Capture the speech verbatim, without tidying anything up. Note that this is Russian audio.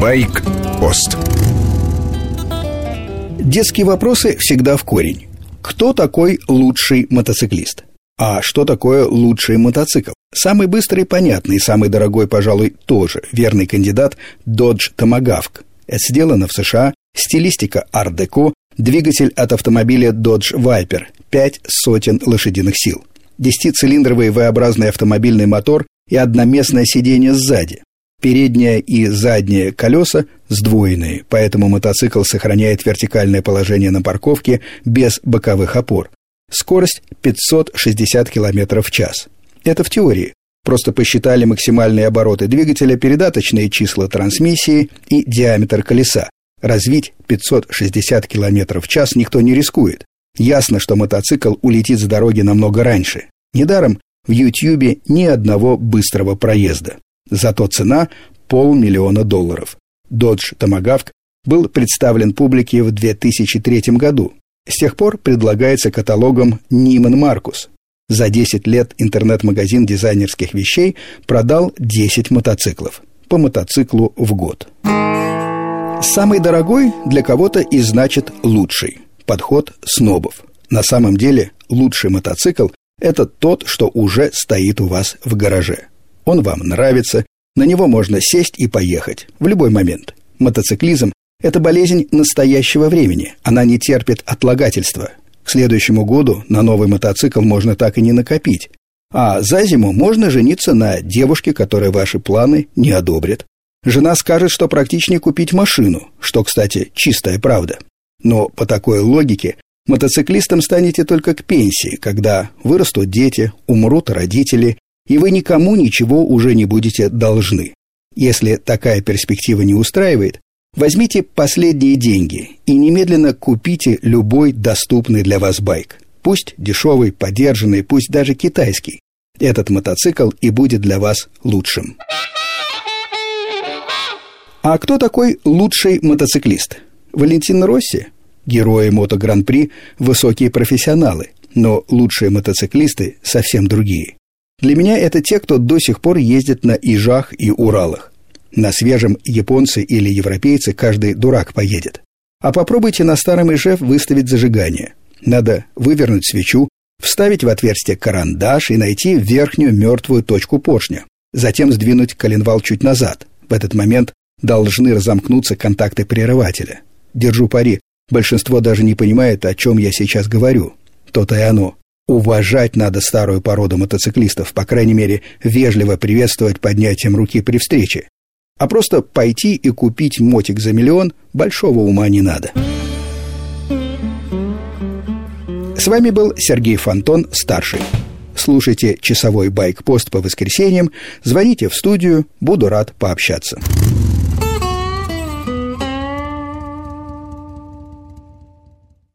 Байк-пост. Детские вопросы всегда в корень. Кто такой лучший мотоциклист? А что такое лучший мотоцикл? Самый быстрый, понятный, самый дорогой, пожалуй, тоже верный кандидат Dodge Tomahawk. Это сделано в США, стилистика арт-деко, двигатель от автомобиля Dodge Viper, пять сотен лошадиных сил, десятицилиндровый V-образный автомобильный мотор и одноместное сиденье сзади. Переднее и задние колеса сдвоенные, поэтому мотоцикл сохраняет вертикальное положение на парковке без боковых опор. Скорость пятьсот шестьдесят километров в час. Это в теории. Просто посчитали максимальные обороты двигателя, передаточные числа трансмиссии и диаметр колеса. Развить пятьсот шестьдесят километров в час никто не рискует. Ясно, что мотоцикл улетит с дороги намного раньше. Недаром в Ютьюбе ни одного быстрого проезда. Зато цена – полмиллиона долларов. Dodge Tomahawk был представлен публике в две тысячи третьем году. С тех пор предлагается каталогом Neiman Marcus. За десять лет интернет-магазин дизайнерских вещей продал десять мотоциклов. По мотоциклу в год. Самый дорогой для кого-то и значит лучший. Подход снобов. На самом деле лучший мотоцикл – это тот, что уже стоит у вас в гараже. Он вам нравится, на него можно сесть и поехать в любой момент. Мотоциклизм – это болезнь настоящего времени, она не терпит отлагательства. К следующему году на новый мотоцикл можно так и не накопить. А за зиму можно жениться на девушке, которая ваши планы не одобрит. Жена скажет, что практичнее купить машину, что, кстати, чистая правда. Но по такой логике мотоциклистом станете только к пенсии, когда вырастут дети, умрут родители, и вы никому ничего уже не будете должны. Если такая перспектива не устраивает, возьмите последние деньги и немедленно купите любой доступный для вас байк. Пусть дешевый, подержанный, пусть даже китайский. Этот мотоцикл и будет для вас лучшим. А кто такой лучший мотоциклист? Валентино Росси? Герои мото-гран-при – высокие профессионалы, но лучшие мотоциклисты совсем другие. Для меня это те, кто до сих пор ездит на Ижах и Уралах. На свежем японцы или европейцы каждый дурак поедет. А попробуйте на старом Ижев выставить зажигание. Надо вывернуть свечу, вставить в отверстие карандаш и найти верхнюю мертвую точку поршня. Затем сдвинуть коленвал чуть назад. В этот момент должны разомкнуться контакты прерывателя. Держу пари, большинство даже не понимает, о чем я сейчас говорю. То-то и оно. Уважать надо старую породу мотоциклистов, по крайней мере, вежливо приветствовать поднятием руки при встрече. А просто пойти и купить мотик за миллион большого ума не надо. С вами был Сергей Фонтон, старший. Слушайте часовой байк-пост по воскресеньям, звоните в студию, буду рад пообщаться.